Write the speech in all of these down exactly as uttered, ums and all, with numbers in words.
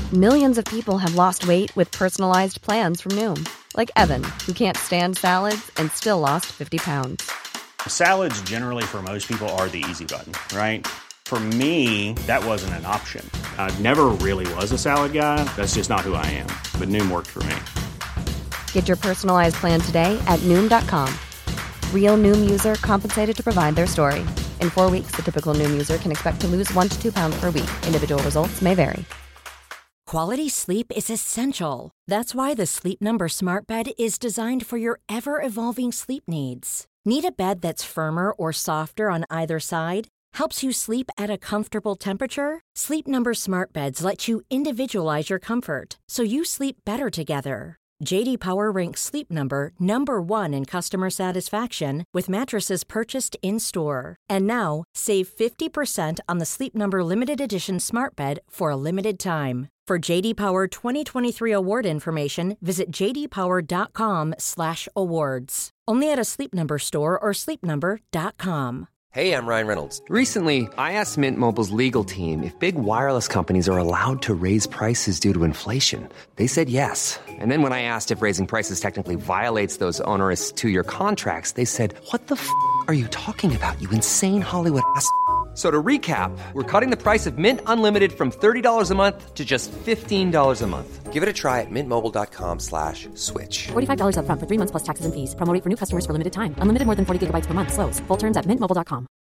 Millions of people have lost weight with personalized plans from Noom. Like Evan, who can't stand salads and still lost fifty pounds. Salads generally for most people are the easy button, right? For me, that wasn't an option. I never really was a salad guy. That's just not who I am. But Noom worked for me. Get your personalized plan today at Noom dot com. Real Noom user compensated to provide their story. In four weeks, the typical Noom user can expect to lose one to two pounds per week. Individual results may vary. Quality sleep is essential. That's why the Sleep Number Smart Bed is designed for your ever-evolving sleep needs. Need a bed that's firmer or softer on either side? Helps you sleep at a comfortable temperature? Sleep Number Smart Beds let you individualize your comfort, so you sleep better together. J D Power ranks Sleep Number number one in customer satisfaction with mattresses purchased in-store. And now, save fifty percent on the Sleep Number Limited Edition Smart Bed for a limited time. For J D Power twenty twenty-three award information, visit j d power dot com slash awards. Only at a Sleep Number store or sleep number dot com. Hey, I'm Ryan Reynolds. Recently, I asked Mint Mobile's legal team if big wireless companies are allowed to raise prices due to inflation. They said yes. And then when I asked if raising prices technically violates those onerous two-year contracts, they said, what the f*** are you talking about, you insane Hollywood ass f- So to recap, we're cutting the price of Mint Unlimited from thirty dollars a month to just fifteen dollars a month. Give it a try at mintmobile.com slash switch. forty-five dollars up front for three months plus taxes and fees. Promo rate for new customers for limited time. Unlimited more than forty gigabytes per month. Slows full terms at mint mobile dot com.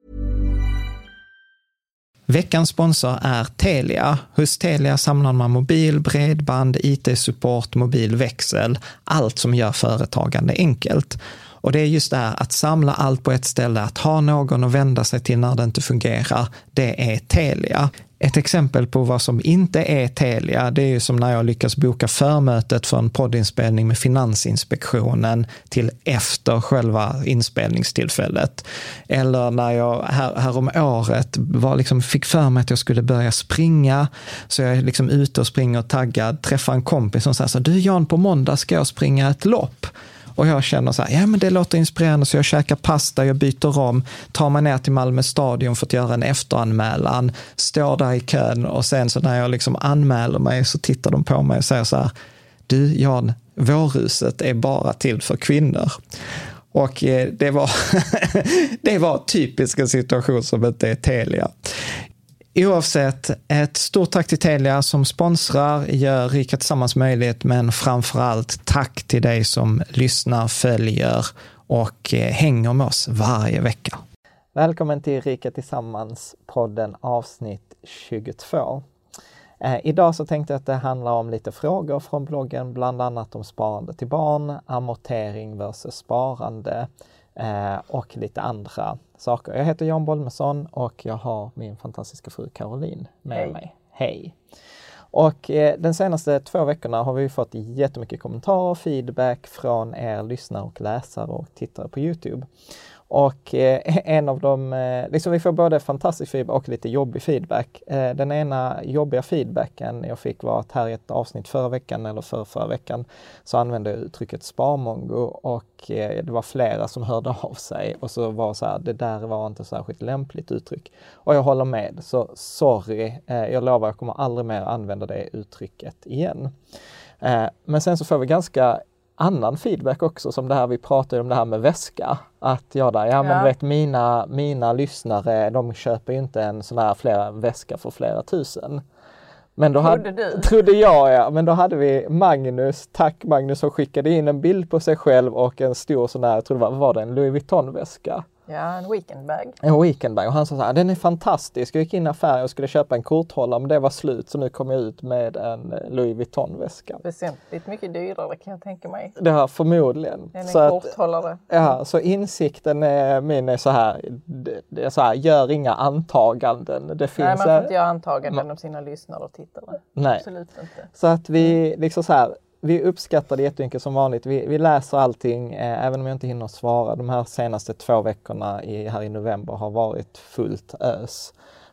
Veckans sponsor är Telia. Hos Telia samlar man mobil, bredband, I T-support, mobilväxel. Allt som gör företagande enkelt. Och det är just det här att samla allt på ett ställe, att ha någon att vända sig till när det inte fungerar, det är Telia. Ett exempel på vad som inte är Telia, det är ju som när jag lyckas boka förmötet för en poddinspelning med Finansinspektionen till efter själva inspelningstillfället. Eller när jag här, här om året var liksom, fick för mig att jag skulle börja springa, så jag är liksom ute och springer och taggad, träffar en kompis som säger så här, du Jan, på måndag ska jag springa ett lopp. Och jag känner så här, ja men det låter inspirerande, så jag käkar pasta, jag byter om, tar mig ner till Malmö stadion för att göra en efteranmälan, står där i kön, och sen så när jag liksom anmäler mig så tittar de på mig och säger så här, du Jan, vårhuset är bara till för kvinnor. Och det var det var typisk en situation som inte är Telia. Oavsett, ett stort tack till Telia som sponsrar, gör Rika Tillsammans möjligt, men framförallt tack till dig som lyssnar, följer och hänger med oss varje vecka. Välkommen till Rika Tillsammans-podden avsnitt tjugotvå. Eh, idag så tänkte jag att det handlar om lite frågor från bloggen, bland annat om sparande till barn, amortering versus sparande eh, och lite andra saker. Jag heter Jan Bolmesson och jag har min fantastiska fru Caroline med Hej. mig. Hej! Och eh, den senaste två veckorna har vi fått jättemycket kommentarer och feedback från er lyssnare och läsare och tittare på YouTube. Och eh, en av dem, eh, liksom vi får både fantastisk feedback och lite jobbig feedback. Eh, den ena jobbiga feedbacken jag fick var att här i ett avsnitt förra veckan eller för förra veckan så använde jag uttrycket sparmongo, och eh, det var flera som hörde av sig och så var så här, det där var inte särskilt lämpligt uttryck. Och jag håller med, så sorry, eh, jag lovar jag kommer aldrig mer använda det uttrycket igen. Eh, men sen så får vi ganska annan feedback också, som det här vi pratade om, det här med väska. Att jag där, ja men ja. vet mina, mina lyssnare, de köper ju inte en sån här flera väska för flera tusen. Men då trodde hade, du? Trodde jag, ja. Men då hade vi Magnus, tack Magnus, som skickade in en bild på sig själv och en stor sån här, jag tror det var, var det en Louis Vuitton-väska. Ja, en weekendbag. En weekendbag. Och han sa så här, den är fantastisk. Jag gick in i affären och skulle köpa en korthållare, men det var slut. Så nu kom jag ut med en Louis Vuitton-väska. Väsentligt mycket dyrare kan jag tänka mig. Det här förmodligen. En så korthållare. Att, ja, så insikten är, min är så här, det är så här, gör inga antaganden. Det finns, nej, man får inte göra antaganden om sina lyssnare och tittare. Nej. Absolut inte. Så att vi liksom så här, vi uppskattar det jättemycket som vanligt. Vi, vi läser allting, eh, även om jag inte hinner svara. De här senaste två veckorna i, här i november har varit fullt ös.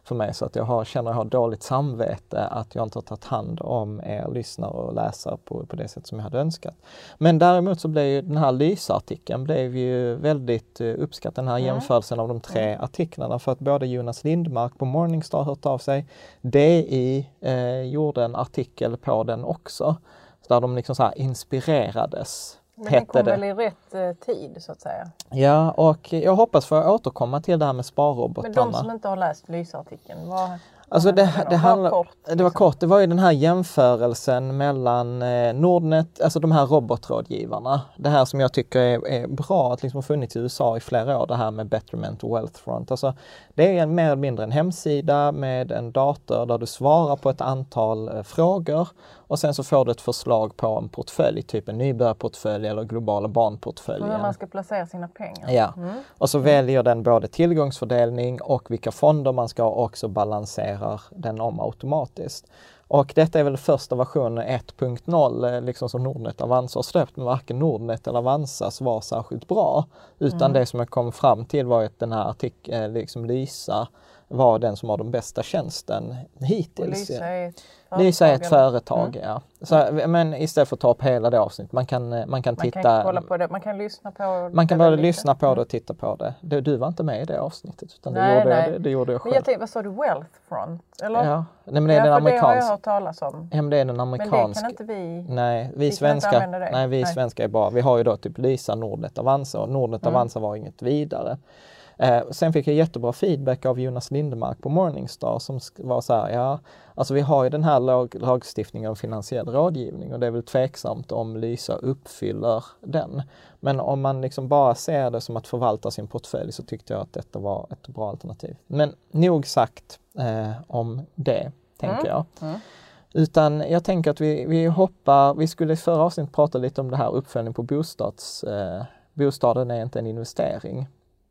för mig, så att jag har, känner att jag har dåligt samvete att jag inte har tagit hand om er lyssnare och läsare på, på det sätt som jag hade önskat. Men däremot så blev ju den här Lysa-artikeln blev ju väldigt uppskattad, den här mm. jämförelsen av de tre mm. artiklarna, för att både Jonas Lindmark på Morningstar hört av sig, D I eh, gjorde en artikel på den också, där de liksom så här inspirerades. Men den kom väl i rätt eh, tid så att säga? Ja, och jag hoppas få återkomma till det här med sparrobotarna. Men de som inte har läst Lysa-artikeln, vad... Alltså det, det, handlar, kort, liksom. det var kort, det var ju den här jämförelsen mellan eh, Nordnet, alltså de här robotrådgivarna. Det här som jag tycker är, är bra att liksom har funnits i U S A i flera år, det här med Betterment och Wealthfront. Alltså, det är en, mer eller mindre en hemsida med en dator där du svarar på ett antal eh, frågor och sen så får du ett förslag på en portfölj, typ en nybörjarportfölj eller globala barnportföljen. Hur man ska placera sina pengar. Ja, mm. och så mm. väljer den både tillgångsfördelning och vilka fonder man ska ha, och också balansera den om automatiskt. Och detta är väl första versionen ett punkt noll liksom som Nordnet Avanza har släppt, men varken Nordnet eller Avanza var särskilt bra. Utan mm. det som jag kom fram till var att den här artikeln, liksom Lysa, var den som har den bästa tjänsten hittills. Lysa är ett Lysa är ett företag, mm. ja. Så, men istället för att ta upp hela det avsnittet, man kan, man kan man titta... Kan kolla på det, man kan lyssna på Man kan det både lite. lyssna på det och titta på det. Du, du var inte med i det avsnittet, utan nej, det, gjorde, nej. det, det gjorde jag själv. Men jag tänkte, vad sa du, Wealthfront? Eller? Ja, nej, men det är ja, den för det har jag amerikanska. hört talas om. Ja, men det är den amerikanska. Men det kan inte vi... Nej, vi, vi svenskar, nej, nej, vi nej. svenskar är bra. Vi har ju då typ Lysa, Nordnet Avanza, och Nordnet mm. Avanza var inget vidare. Eh, sen fick jag jättebra feedback av Jonas Lindmark på Morningstar som var så här, ja, alltså vi har ju den här lag, lagstiftningen om finansiell rådgivning och det är väl tveksamt om Lysa uppfyller den. Men om man liksom bara ser det som att förvalta sin portfölj så tyckte jag att detta var ett bra alternativ. Men nog sagt eh, om det, tänker mm. jag. Mm. Utan jag tänker att vi, vi hoppar, vi skulle i förra avsnittet prata lite om det här uppföljning på bostads, eh, bostaden är inte en investering.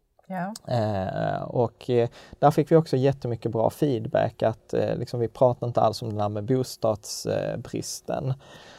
Ja. Eh, och eh, där fick vi också jättemycket bra feedback att eh, liksom, vi pratar inte alls om det här med bostadsbristen.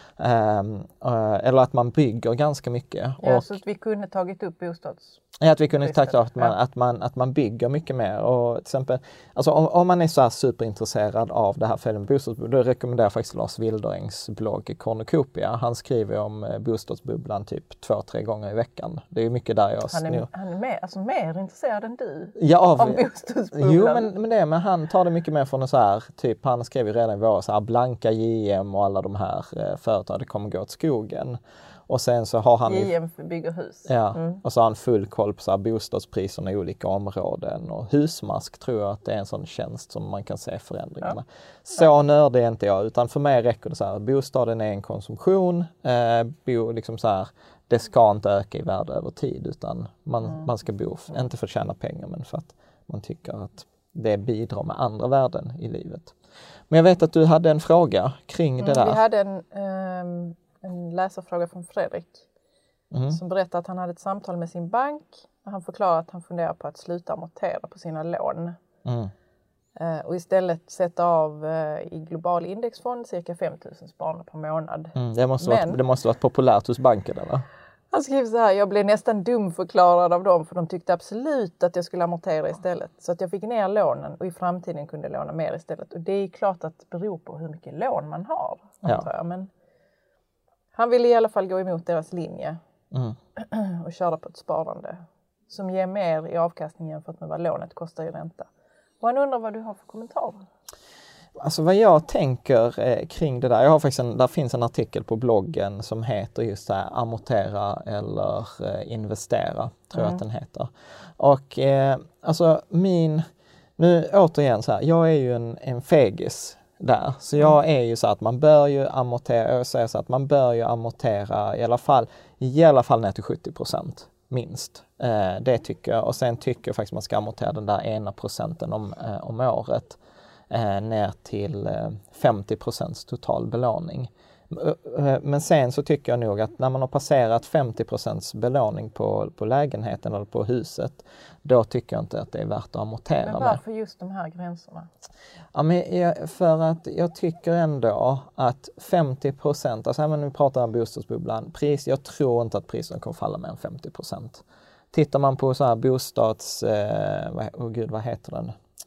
Eh, eh, eller att man bygger ganska mycket. Ja, och, så att vi kunde tagit upp bostads... Ja, att vi kunde ta klart att man, ja. att, man, att man bygger mycket mer. Och till exempel, alltså om, om man är så här superintresserad av det här fällen bostadsbubblan, då rekommenderar jag faktiskt Lars Wilderängs blogg Cornucopia. Han skriver om bostadsbubblan typ två, tre gånger i veckan. Det är mycket där jag... Han är, nu... han är mer, alltså mer intresserad än du ja, av, av bostadsbubblan. Jo, men, men, det, men han tar det mycket mer från en så här, typ han skrev ju redan i våras, så här Blanka, J M och alla de här eh, företag, det kommer gå åt skogen. Och sen så har han... J M bygger hus. Ja, mm. och så har han full koll på så här bostadspriserna i olika områden. Och Husmask tror jag att det är en sån tjänst som man kan se förändringarna. Ja. Så ja. nördig är inte jag, utan för mig räcker det så här, bostaden är en konsumtion. Eh, bo, liksom så här, det ska inte öka i värde över tid, utan man, mm. man ska bo, mm. inte för att tjäna pengar, men för att man tycker att det bidrar med andra värden i livet. Men jag vet att du hade en fråga kring mm, det där. Vi hade en... Um... en läsarfråga från Fredrik mm. som berättade att han hade ett samtal med sin bank och han förklarade att han funderar på att sluta amortera på sina lån mm. eh, och istället sätta av eh, i global indexfond cirka fem tusen sparande per månad. Mm, det, måste Men, vara, det måste vara populärt hos banken, eller? Han skrev så här: jag blev nästan dumförklarad av dem för de tyckte absolut att jag skulle amortera istället. Så att jag fick ner lånen och i framtiden kunde låna mer istället. Och det är klart att det beror på hur mycket lån man har, antar jag. Men han ville i alla fall gå emot deras linje mm. och köra på ett sparande som ger mer i avkastning jämfört med vad lånet kostar i ränta. Och han undrar vad du har för kommentarer. Alltså vad jag tänker eh, kring det där, jag har faktiskt en, där finns en artikel på bloggen som heter just så här, amortera eller eh, investera, tror mm. jag att den heter. Och eh, alltså min, nu återigen så här, jag är ju en, en fegis där. Så jag är ju så att man bör ju amortera, jag säger så att man bör ju amortera i alla fall, i alla fall ner till sjuttio procent minst. Eh, det tycker jag. Och sen tycker jag faktiskt man ska amortera den där ena procenten om, eh, om året eh, ner till eh, femtio procent total belåning. Men sen så tycker jag nog att när man har passerat femtio procent belåning på, på lägenheten eller på huset, då tycker jag inte att det är värt att amortera. Men varför med. Just de här gränserna? Ja, men jag, för att jag tycker ändå att femtio procent, alltså när vi pratar om bostadsbubblan, pris, jag tror inte att priserna kommer falla mer än femtio procent. Tittar man på så här bostads, eh, vad, oh gud, vad heter den?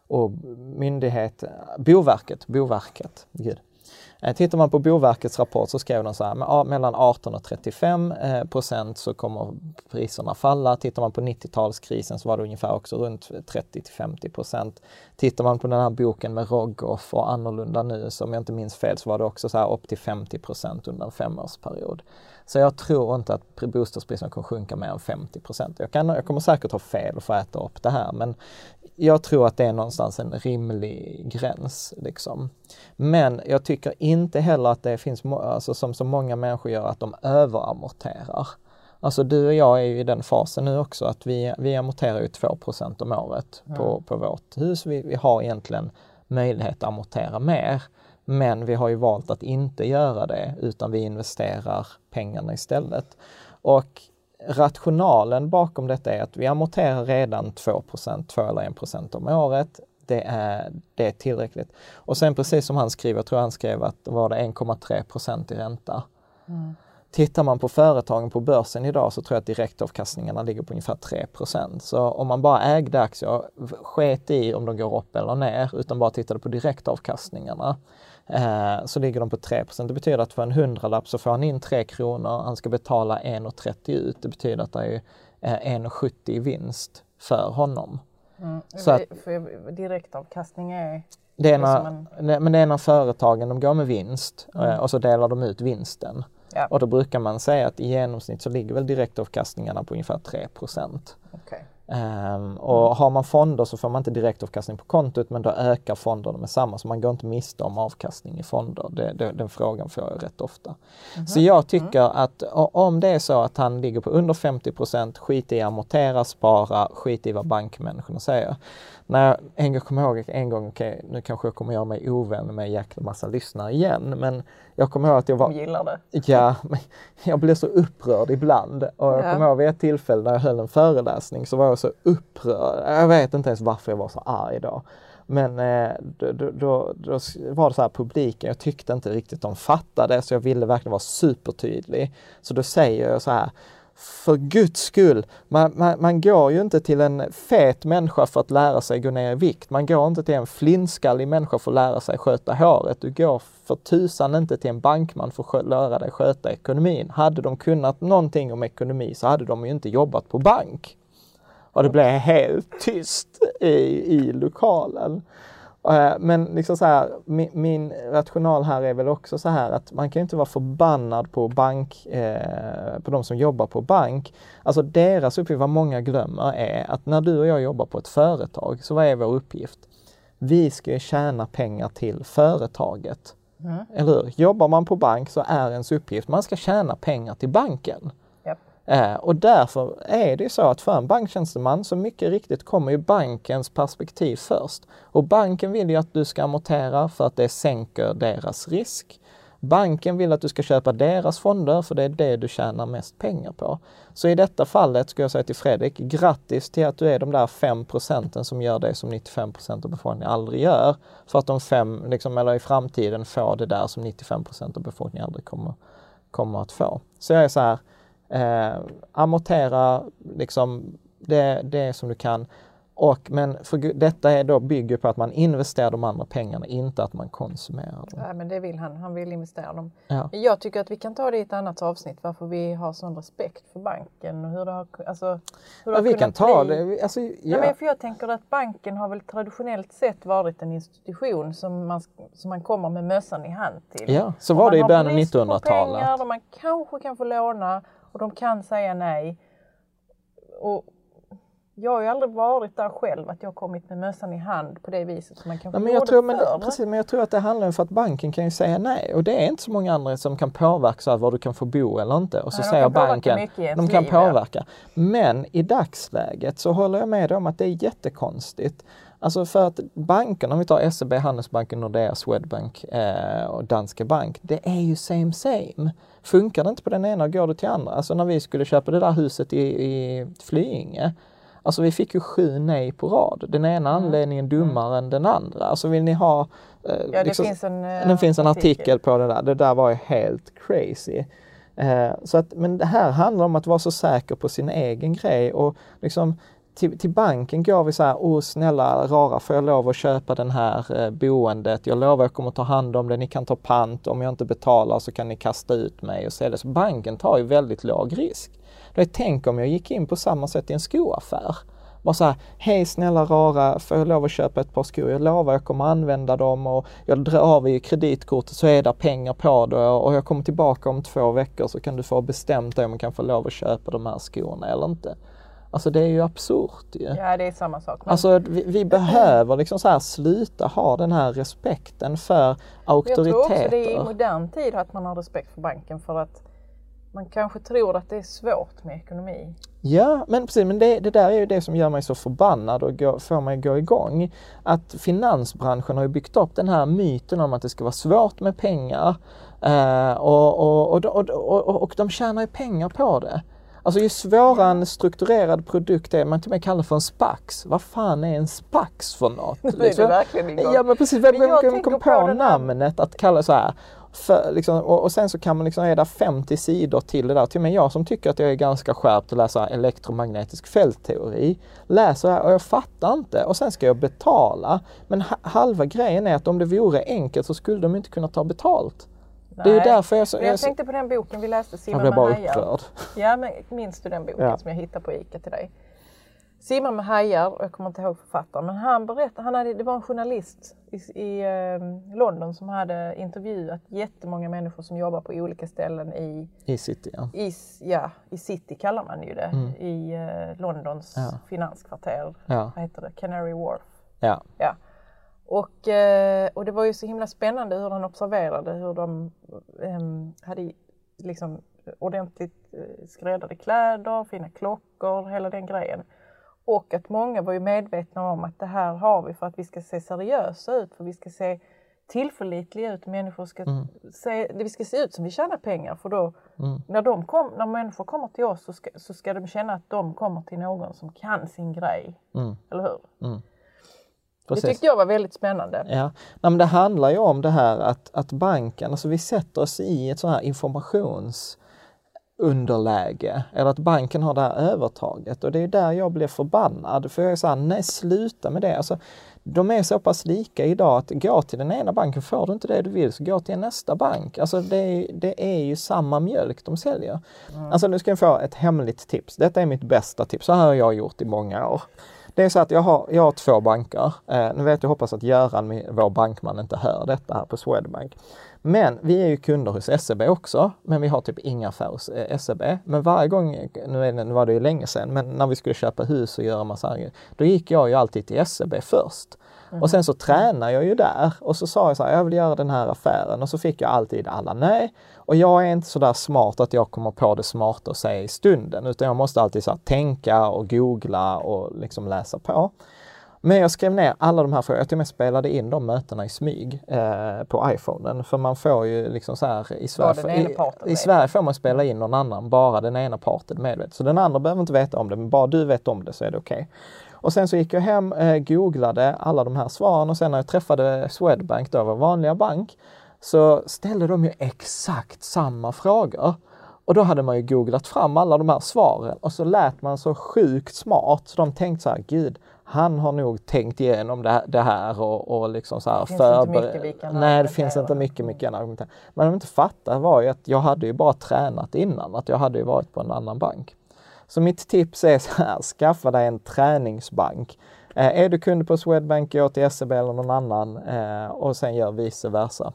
och myndighet, Boverket, Boverket, gud. Tittar man på Boverkets rapport så skrev de så här, med, mellan arton och trettiofem procent så kommer priserna falla. Tittar man på nittiotalskrisen så var det ungefär också runt trettio till femtio procent. Tittar man på den här boken med Rogoff och Annorlunda nu, som jag inte minns fel, så var det också så här upp till femtio procent under en femårsperiod. Så jag tror inte att bostadspriserna kommer sjunka mer än femtio procent. Jag, kan, jag kommer säkert ha fel och få äta upp det här, men jag tror att det är någonstans en rimlig gräns. Liksom. Men jag tycker inte heller att det finns, alltså, som så många människor gör, att de överamorterar. Alltså du och jag är ju i den fasen nu också, att vi, vi amorterar ju två procent om året mm. på, på vårt hus. Vi, vi har egentligen möjlighet att amortera mer. Men vi har ju valt att inte göra det, utan vi investerar pengarna istället. Och rationalen bakom detta är att vi amorterar redan två procent, två eller en procent om året. Det är, det är tillräckligt. Och sen precis som han skriver, jag tror han skrev att det var det en komma tre procent i ränta. Mm. Tittar man på företagen på börsen idag så tror jag att direktavkastningarna ligger på ungefär tre procent. Så om man bara ägde aktier, sket i om de går upp eller ner, utan bara tittade på direktavkastningarna, eh, så ligger de på tre procent. Det betyder att för en hundralapp så får han in tre kronor, han ska betala en komma trettio ut. Det betyder att det är eh, en komma sjuttio i vinst för honom. Mm. Så att, för direktavkastning är... Det är när, en... Men det är när företagen de går med vinst mm. eh, och så delar de ut vinsten. Ja. Och då brukar man säga att i genomsnitt så ligger väl direktavkastningarna på ungefär tre procent. Okay. Um, och mm. har man fonder så får man inte direktavkastning på kontot, men då ökar fonderna med samma, så man går inte miste om avkastning i fonder. Det, det, den frågan får jag rätt ofta. Mm. Så jag tycker mm. att om det är så att han ligger på under femtio procent, skit i amortera, spara, skit i vad bankmänniskorna säger. När jag en gång kommer ihåg en gång, okej, okay, nu kanske jag kommer göra mig ovän med en jäkla massa lyssnare igen, men jag kommer ihåg att jag var... De gillar det. Ja, men jag blev så upprörd ibland. Och jag ja. kommer ihåg vid ett tillfälle när jag höll en föreläsning så var jag så upprörd. Jag vet inte ens varför jag var så arg idag. Men eh, då, då, då, då var det så här publiken, jag tyckte inte riktigt de fattade, så jag ville verkligen vara supertydlig. Så då säger jag så här: för Guds skull, man, man, man går ju inte till en fet människa för att lära sig gå ner i vikt. Man går inte till en flintskallig människa för att lära sig sköta håret. Du går för tusan inte till en bankman för att lära dig sköta ekonomin. Hade de kunnat någonting om ekonomi så hade de ju inte jobbat på bank. Och det blev helt tyst i, i lokalen. Men liksom så här, min, min rational här är väl också så här att man kan inte vara förbannad på bank, eh, på de som jobbar på bank. Alltså deras uppgift, vad många glömmer, är att när du och jag jobbar på ett företag, så vad är vår uppgift? Vi ska ju tjäna pengar till företaget. Mm. Eller hur? Jobbar man på bank så är ens uppgift, man ska tjäna pengar till banken. Eh, och därför är det så att för en banktjänsteman så mycket riktigt kommer ju bankens perspektiv först. Och banken vill ju att du ska amortera för att det sänker deras risk. Banken vill att du ska köpa deras fonder för det är det du tjänar mest pengar på. Så i detta fallet ska jag säga till Fredrik, grattis till att du är de där fem procenten som gör det som nittiofem procent av befolkningen aldrig gör. För att de fem, liksom, eller i framtiden får det där som nittiofem procent av befolkningen aldrig kommer, kommer att få. Så jag är så här, Eh, amortera liksom det, det som du kan, och, men för, detta är då bygger på att man investerar de andra pengarna, inte att man konsumerar dem. Ja, men det vill han, han vill investera dem. Ja. Jag tycker att vi kan ta det i ett annat avsnitt, varför vi har sån respekt för banken och hur det har, alltså, hur det ja, har vi kan ta bli. det. Alltså, ja. Ja, men för jag tänker att banken har väl traditionellt sett varit en institution som man, som man kommer med mössan i hand till. Ja, så var det i början av nittonhundratalet. Pengar, och man kanske kan få låna och de kan säga nej. Och jag har ju aldrig varit där själv, att jag har kommit med mössan i hand på det viset som man kanske ja, men jag tror, men, förr. precis, men jag tror att det handlar om för att banken kan ju säga nej. Och det är inte så många andra som kan påverka så här, var du kan få bo eller inte. Och så nej, säger banken, de kan liv, påverka. Ja. Men i dagsläget så håller jag med om att det är jättekonstigt. Alltså för att bankerna, om vi tar S E B, Handelsbanken, Nordea, Swedbank eh, och Danske Bank, det är ju same same. Funkar det inte på den ena går det till andra. Alltså när vi skulle köpa det där huset i, i Flyinge, alltså vi fick ju sju nej på rad. Den ena mm. anledningen dummare mm. än den andra. Alltså vill ni ha... Eh, ja, det liksom, finns en, uh, det finns en artikel. artikel på det där. Det där var ju helt crazy. Eh, så att, men det här handlar om att vara så säker på sin egen grej och liksom till, till banken går vi så här, åh snälla rara, får jag lov att köpa den här eh, boendet? Jag lovar jag kommer ta hand om det, ni kan ta pant, om jag inte betalar så kan ni kasta ut mig och sälja. Så banken tar ju väldigt låg risk. Då är tänk om jag gick in på samma sätt i en skoaffär. Bara så här, hej snälla rara, får jag lov att köpa ett par skor? Jag lovar jag kommer använda dem och jag drar av i kreditkortet så är det pengar på det och jag kommer tillbaka om två veckor så kan du få bestämt om man kan få lov att köpa de här skorna eller inte. Alltså det är ju absurt ju. Ja, det är samma sak. Men... Alltså vi, vi behöver liksom så här sluta ha den här respekten för auktoriteter. Jag tror också det är i modern tid att man har respekt för banken för att man kanske tror att det är svårt med ekonomi. Ja, men precis, men det, det där är ju det som gör mig så förbannad och gå, får mig att gå igång. Att finansbranschen har ju byggt upp den här myten om att det ska vara svårt med pengar eh, och, och, och, och, och, och de tjänar ju pengar på det. Alltså ju svårare en strukturerad produkt är, man till och med kallar för en spax. Vad fan är en spax för något? Det är det verkligen igång. Ja men precis, vem, men vem kom på, på namnet att kalla så här? För, liksom, och, och sen så kan man liksom, är det femtio sidor till det där. Till och med jag som tycker att jag är ganska skärpt att läsa elektromagnetisk fältteori. Läser jag och jag fattar inte. Och sen ska jag betala. Men ha, halva grejen är att om det vore enkelt så skulle de inte kunna ta betalt. Nej. Det är ju därför jag så... Jag, jag tänkte på den boken vi läste, Simma med hajar. Jag blev bara upprörd. Ja, men minns du den boken ja. som jag hittade på Ica till dig? Simma med hajar, och jag kommer inte ihåg författaren, men han berättade, han hade, det var en journalist i, i eh, London som hade intervjuat jättemånga människor som jobbar på olika ställen i... I city, ja. I, ja, i city kallar man ju det. Mm. I eh, Londons ja. finanskvarter. Ja. Vad heter det? Canary Wharf. Ja. Ja. Och, eh, och det var ju så himla spännande hur han observerade hur de eh, hade liksom ordentligt eh, skräddade kläder, fina klockor, hela den grejen. Och att många var ju medvetna om att det här har vi för att vi ska se seriösa ut, för vi ska se tillförlitliga ut. Människor ska mm. se, det vi ska se ut som vi tjänar pengar, för då mm. när, de kom, när människor kommer till oss så ska, så ska de känna att de kommer till någon som kan sin grej. Mm. Eller hur? Mm. Det tyckte jag var väldigt spännande. Ja, Nej, men det handlar ju om det här att, att banken, alltså vi sätter oss i ett sånt här informationsunderläge, eller att banken har det här övertaget, och det är där jag blir förbannad, för jag är så här, nej sluta med det. Alltså, de är så pass lika idag att gå till den ena banken, får du inte det du vill så gå till nästa bank. Alltså det är, det är ju samma mjölk de säljer. Mm. Alltså nu ska jag få ett hemligt tips. Detta är mitt bästa tips, så här har jag gjort i många år. Det är så att jag har, jag har två banker. Eh, nu vet jag, hoppas att Göran, vår bankman, inte hör detta här på Swedbank. Men vi är ju kunder hos S E B också, men vi har typ inga affärer hos eh, S E B. Men varje gång, nu, är det, nu var det ju länge sedan, men när vi skulle köpa hus och göra massa grejer, då gick jag ju alltid till S E B först. Mm. Och sen så tränar jag ju där och så sa jag så här, jag vill göra den här affären, och så fick jag alltid alla nej. Och jag är inte så där smart att jag kommer på det smarta att säga i stunden, utan jag måste alltid så här tänka och googla och liksom läsa på. Men jag skrev ner alla de här frågorna, jag till och med spelade in de mötena i smyg eh, på iPhonen, för man får ju liksom så här i Sverige, i, i Sverige får man spela in någon annan, bara den ena parten medvet. Så den andra behöver inte veta om det, men bara du vet om det så är det okej. Okay. Och sen så gick jag hem, eh, googlade alla de här svaren, och sen när jag träffade Swedbank, då, vår vanliga bank, så ställde de ju exakt samma frågor. Och då hade man ju googlat fram alla de här svaren, och så lät man så sjukt smart, så de tänkte så här, gud, han har nog tänkt igenom det här, det här och, och liksom så här det finns förber- inte mycket vi kan Nej, det finns inte mycket, mycket argument. Men de inte fattar var ju att jag hade ju bara tränat innan, att jag hade ju varit på en annan bank. Så mitt tips är så här, skaffa dig en träningsbank. Eh, är du kund på Swedbank, gå till S E B eller någon annan eh, och sen gör vice versa.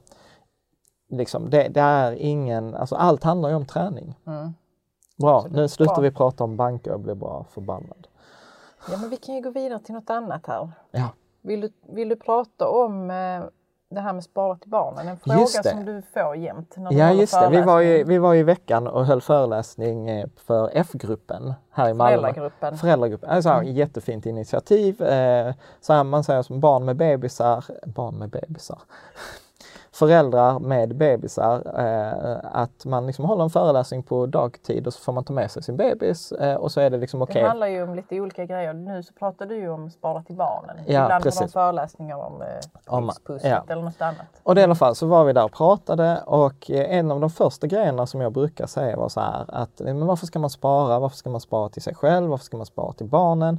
Liksom, det, det är ingen, alltså allt handlar ju om träning. Mm. Bra, nu slutar bra. Vi prata om banker och blir bara förbannad. Ja, men vi kan ju gå vidare till något annat här. Ja. Vill du, vill du prata om eh, det här med spara till barnen? En fråga som du får jämt. När du ja, just det. Vi var, ju, vi var i veckan och höll föreläsning för F-gruppen här i Malmö. Föräldragruppen. Föräldragruppen. Alltså, mm. Jättefint initiativ. Eh, så här, man säger som barn med bebisar. Barn med bebisar. Föräldrar med bebisar, eh, att man liksom håller en föreläsning på dagtid och så får man ta med sig sin bebis eh, och så är det liksom okej. Okay. Det handlar ju om lite olika grejer. Nu så pratar du ju om spara till barnen. Ja, ibland precis. har de föreläsningar om eh, pusset ja. eller något annat. Och det, i alla fall så var vi där och pratade, och en av de första grejerna som jag brukar säga var så här att men varför ska man spara? Varför ska man spara till sig själv? Varför ska man spara till barnen?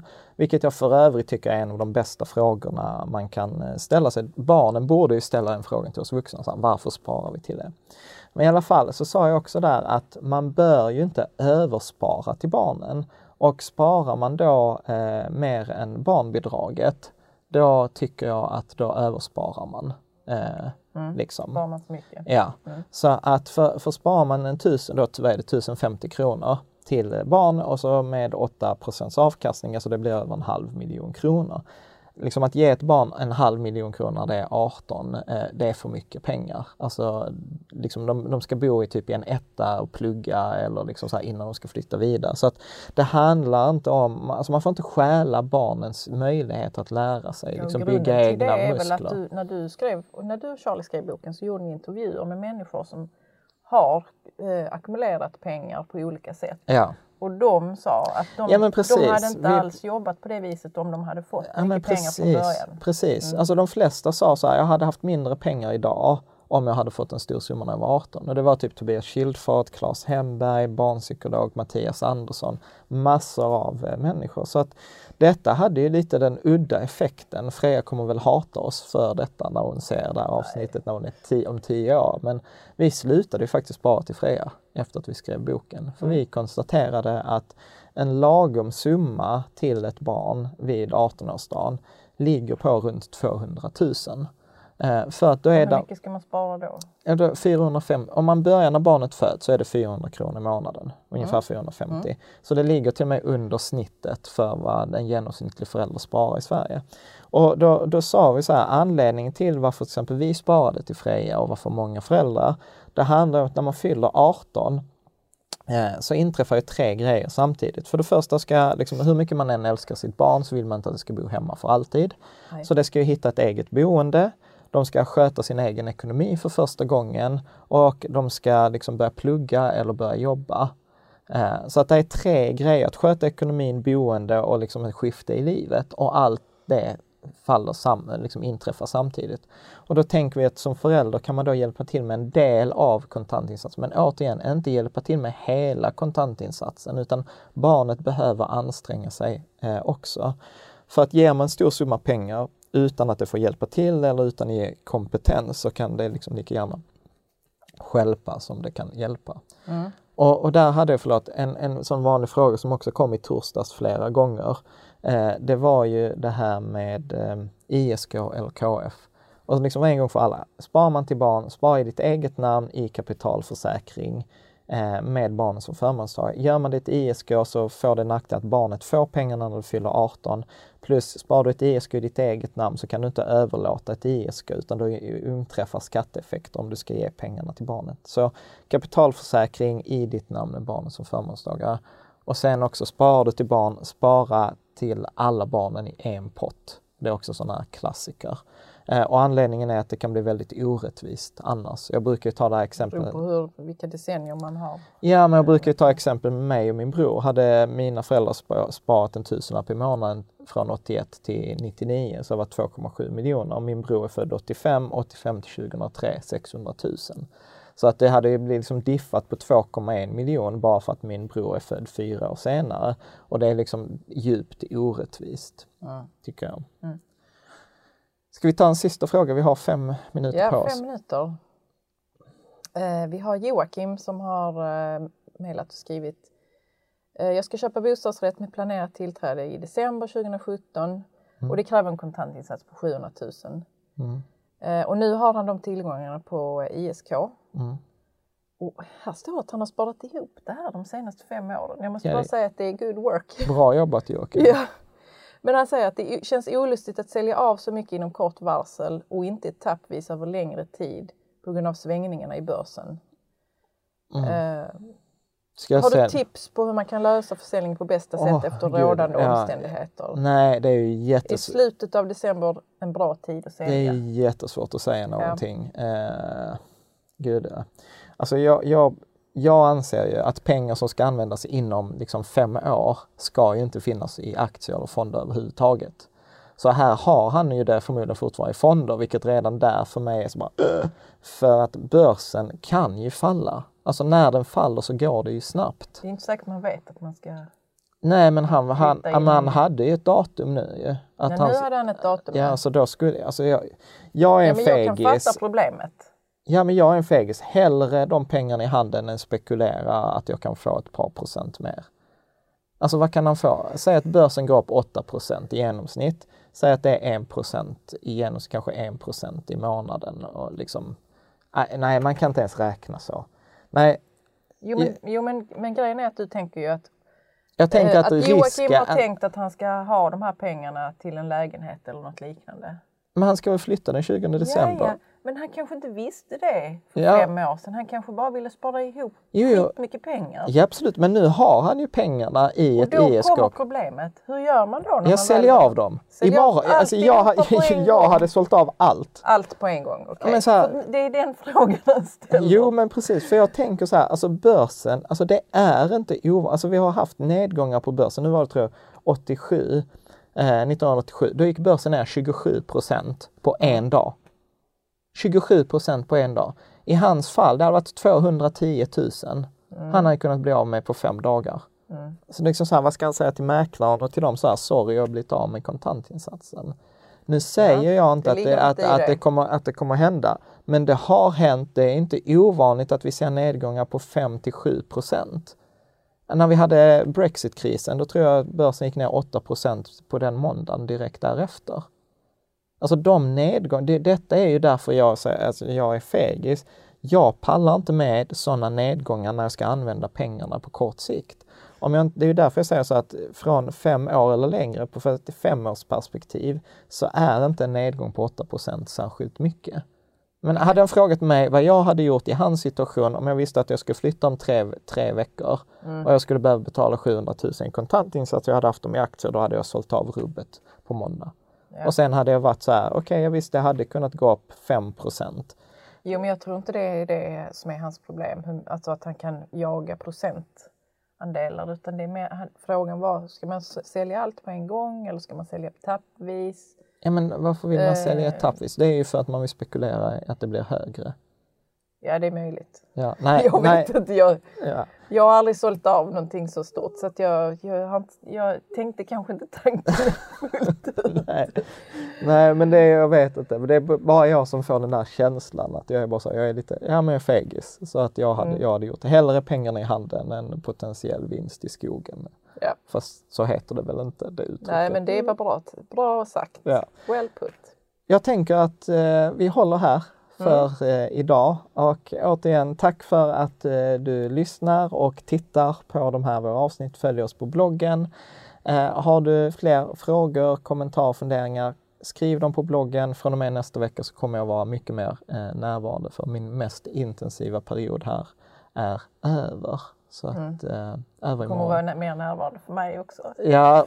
Vilket jag för övrigt tycker är en av de bästa frågorna man kan ställa sig. Barnen borde ju ställa den frågan till oss vuxna. Så här, varför sparar vi till det? Men i alla fall så sa jag också där att man bör ju inte överspara till barnen. Och sparar man då eh, mer än barnbidraget, då tycker jag att då översparar man. Eh, mm. liksom. Sparar man för mycket. Ja, mm. så att för, för sparar man en tusen, då är det tusen femtio kronor till barn och så med åtta procent avkastning, alltså det blir över en halv miljon kronor. Liksom att ge ett barn en halv miljon kronor, det är arton, eh, det är för mycket pengar. Alltså liksom de, de ska bo i typ i en etta och plugga eller liksom så här innan de ska flytta vidare. Så att det handlar inte om, alltså man får inte stjäla barnens möjlighet att lära sig, ja, liksom bygga egna det är muskler. Väl att du, när, du skrev, när du och Charlie skrev boken så gjorde ni intervjuer med människor som har eh, ackumulerat pengar på olika sätt. Ja. Och de sa att de, ja, men precis. de hade inte Vi... alls jobbat på det viset om de hade fått ja, mycket precis. pengar från början. Precis, mm. alltså de flesta sa så här, jag hade haft mindre pengar idag om jag hade fått en stor summa när jag var arton. Och det var typ Tobias Schildfart, Claes Hemberg, barnpsykolog Mattias Andersson, massor av eh, människor. Så att detta hade ju lite den udda effekten. Freja kommer väl hata oss för detta när hon ser det här avsnittet när hon är tio, om tio år. Men vi slutade ju faktiskt bara till Freja efter att vi skrev boken. För mm. vi konstaterade att en lagom summa till ett barn vid arton-årsdagen ligger på runt tvåhundratusen. Eh, för att då är Hur mycket ska man spara då? Är det fyrahundrafem, om man börjar när barnet föds så är det fyrahundra kronor i månaden. Ungefär mm. fyrahundrafemtio. Mm. Så det ligger till och med under snittet för vad en genomsnittlig förälder sparar i Sverige. Och då, då sa vi så här, anledningen till varför till exempel vi sparade till Freja och varför många föräldrar, det handlar om att när man fyller arton eh, så inträffar ju tre grejer samtidigt. För det första ska, liksom, hur mycket man än älskar sitt barn så vill man inte att det ska bo hemma för alltid. Nej. Så det ska ju hitta ett eget boende. De ska sköta sin egen ekonomi för första gången och de ska liksom börja plugga eller börja jobba. Eh, så att det är tre grejer, att sköta ekonomin, boende och liksom ett skifte i livet, och allt det faller sam, liksom inträffar samtidigt. Och då tänker vi att som förälder kan man då hjälpa till med en del av kontantinsatsen, men återigen inte hjälpa till med hela kontantinsatsen, utan barnet behöver anstränga sig eh, också. För att ger man en stor summa pengar utan att det får hjälpa till eller utan att ge kompetens, så kan det liksom lika gärna stjälpa som det kan hjälpa. Mm. Och, och där hade jag förlåt, en, en sån vanlig fråga som också kom i torsdags flera gånger. Eh, det var ju det här med eh, I S K eller K F. Och liksom en gång för alla, sparar man till barn, spara i ditt eget namn i kapitalförsäkring eh, med barnen som förmånstagare. Gör man det ett I S K så får det nackdel att barnet får pengarna när du fyller arton. Plus sparar du ett I S K i ditt eget namn så kan du inte överlåta ett I S K, utan då inträffar skatteeffekter om du ska ge pengarna till barnet. Så kapitalförsäkring i ditt namn med barnet som förmånstagare. Och sen också sparar du till barn, spara till alla barnen i en pott. Det är också sådana här klassiker. Eh, och anledningen är att det kan bli väldigt orättvist annars. Jag brukar ju ta det här exemplet. Det beror på hur, vilka decennier man har. Ja, men jag brukar ju ta exempel med mig och min bror. Hade mina föräldrar sparat en tusenlapp i månaden från åttioett till nittionio så var det två komma sju miljoner. Och min bror är född åttiofem, åttiofem till tjugohundratre, sexhundratusen. Så att det hade ju blivit liksom diffat på två komma en miljon bara för att min bror är född fyra år senare. Och det är liksom djupt orättvist, mm. tycker jag. Mm. Ska vi ta en sista fråga? Vi har fem minuter ja, på oss. Ja, fem minuter. Eh, vi har Joakim som har eh, mejlat och skrivit. Eh, jag ska köpa bostadsrätt med planerat tillträde i december tjugosjutton. Mm. Och det kräver en kontantinsats på sjuhundratusen. Mm. Eh, och nu har han de tillgångarna på I S K. Mm. Och här står att han har sparat ihop det här de senaste fem åren. Jag måste ja, bara säga att det är good work. Bra jobbat Joakim. Ja. Men han säger att det känns olustigt att sälja av så mycket inom kort varsel och inte etappvis över längre tid på grund av svängningarna i börsen. Mm. Eh, Ska jag har du tips på hur man kan lösa försäljning på bästa oh, sätt efter rådande ja. omständigheter? Nej, det är ju jättesvårt. I slutet av december en bra tid att sälja. Det är jättesvårt att säga någonting. Ja. Eh, gud, ja. Alltså jag... jag Jag anser ju att pengar som ska användas inom liksom fem år ska ju inte finnas i aktier eller fonder överhuvudtaget. Så här har han ju det förmodligen fortfarande i fonder, vilket redan där för mig är så bara äh, för att börsen kan ju falla. Alltså när den faller så går det ju snabbt. Det är inte säkert man vet att man ska... Nej, men han, han, han, han hade ju ett datum nu ju. Att Nej, han, nu hade han ett datum. Ja, så då skulle, alltså jag, jag är en ja, men fegis. jag kan fatta problemet. Ja, men jag är en fegis. Hellre de pengarna i handen än spekulera att jag kan få ett par procent mer. Alltså vad kan han få? Säg att börsen går upp åtta procent i genomsnitt. Säg att det är en procent i genomsnitt, kanske en procent i månaden. Och liksom, nej, man kan inte ens räkna så. Nej. Jo, men, jo, men, men grejen är att du tänker ju att Jag tänker att, att Joakim riska, har tänkt att han ska ha de här pengarna till en lägenhet eller något liknande. Men han ska väl flytta den tjugonde december? Ja, ja. Men han kanske inte visste det för ja. fem år sedan. Han kanske bara ville spara ihop jo, jo. mycket pengar. Ja, absolut. Men nu har han ju pengarna i och ett I S K. Och då kommer problemet. Hur gör man då? När jag man säljer väl... av dem. Säljer Imorgon, av alltså jag, jag hade sålt av allt. Allt på en gång, okej. Okay. Men så här, det är den frågan han ställer. Jo, men precis. För jag tänker så här, alltså börsen, alltså det är inte ovanligt. Alltså vi har haft nedgångar på börsen. Nu var det tror jag åttiosju, eh, nittonhundraåttiosju. Då gick börsen ner tjugosju procent på en dag. tjugosju procent på en dag. I hans fall, det hade varit tvåhundratio tusen. Mm. Han hade kunnat bli av med på fem dagar. Mm. Så liksom så här, vad ska han säga till mäklaren och till dem så här, sorry, jag har blivit av med kontantinsatsen. Nu säger ja, jag inte att det, att, att, det kommer, att det kommer hända. Men det har hänt, det är inte ovanligt att vi ser nedgångar på fem till sju procent. När vi hade Brexit-krisen, då tror jag att börsen gick ner åtta procent på den måndagen direkt därefter. Alltså de nedgångar, det, detta är ju därför jag säger, alltså jag är fegis. Jag pallar inte med sådana nedgångar när jag ska använda pengarna på kort sikt. Om jag, det är ju därför jag säger så att från fem år eller längre, på fem års perspektiv, så är inte en nedgång på åtta procent särskilt mycket. Men hade han frågat mig vad jag hade gjort i hans situation om jag visste att jag skulle flytta om tre, tre veckor mm. och jag skulle behöva betala sjuhundratusen i kontantinsats, jag hade haft dem i aktier, då hade jag sålt av rubbet på måndag. Ja. Och sen hade jag varit så här, okej okay, jag visste jag hade kunnat gå upp fem procent. Jo, men jag tror inte det är det som är hans problem, alltså att han kan jaga procentandelar, utan det är mer, frågan var, ska man sälja allt på en gång eller ska man sälja etappvis? Ja, men varför vill man eh, sälja etappvis? Det är ju för att man vill spekulera i att det blir högre. Ja, det är möjligt. Ja, nej, jag nej. vet inte, jag, ja. jag har aldrig sålt av någonting så stort så att jag, jag, har, jag tänkte kanske inte tanken fullt ut. nej. nej, men det är, jag vet inte. Det är bara jag som får den där känslan att jag är bara så, jag är lite, ja men jag är fegis. Så att jag hade, mm. jag hade gjort hellre pengarna i handen än potentiell vinst i skogen. Ja. Fast så heter det väl inte det uttrycket. Nej, men det var bra, bra sagt. Ja. Well put. Jag tänker att eh, vi håller här för mm. eh, idag. Och återigen, tack för att eh, du lyssnar och tittar på de här våra avsnitt. Följ oss på bloggen. Eh, har du fler frågor, kommentarer, funderingar, skriv dem på bloggen. Från och med nästa vecka så kommer jag vara mycket mer eh, närvarande, för min mest intensiva period här är över. Så att, mm. äh, över kommer vara mer närvarande för mig också. Ja.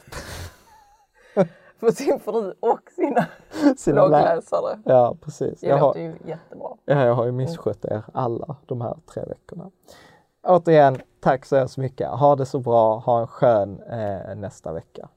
För sin fru och sina, sina bloggläsare. Ja, precis. Det jag låter har, ju jättebra. Ja, jag har ju misskött er alla de här tre veckorna. Återigen, tack så hemskt mycket. Ha det så bra. Ha en skön eh, nästa vecka.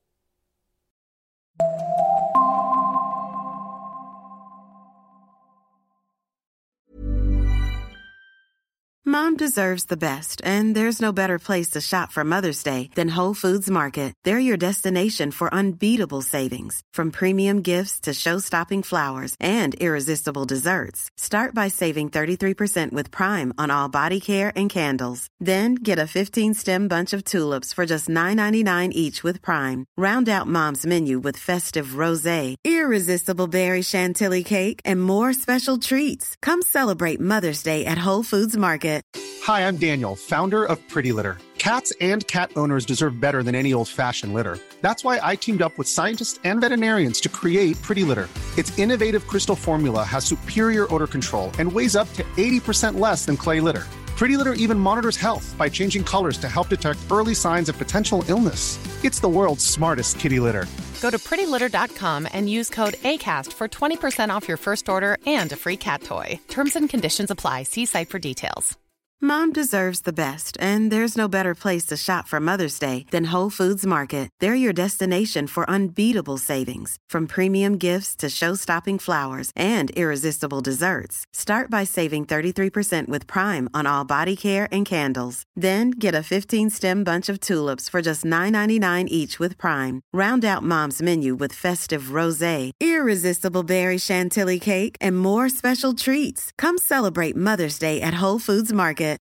Mom deserves the best, and there's no better place to shop for Mother's Day than Whole Foods Market. They're your destination for unbeatable savings, from premium gifts to show-stopping flowers and irresistible desserts. Start by saving thirty-three percent with Prime on all body care and candles. Then get a fifteen-stem bunch of tulips for just nine ninety-nine each with Prime. Round out Mom's menu with festive rosé, irresistible berry chantilly cake, and more special treats. Come celebrate Mother's Day at Whole Foods Market. Hi, I'm Daniel, founder of Pretty Litter. Cats and cat owners deserve better than any old-fashioned litter. That's why I teamed up with scientists and veterinarians to create Pretty Litter. Its innovative crystal formula has superior odor control and weighs up to eighty percent less than clay litter. Pretty Litter even monitors health by changing colors to help detect early signs of potential illness. It's the world's smartest kitty litter. Go to pretty litter dot com and use code ACAST for twenty percent off your first order and a free cat toy. Terms and conditions apply. See site for details. Mom deserves the best, and there's no better place to shop for Mother's Day than Whole Foods Market. They're your destination for unbeatable savings, from premium gifts to show-stopping flowers and irresistible desserts. Start by saving thirty-three percent with Prime on all body care and candles. Then get a fifteen-stem bunch of tulips for just nine ninety-nine each with Prime. Round out Mom's menu with festive rosé, irresistible berry chantilly cake, and more special treats. Come celebrate Mother's Day at Whole Foods Market.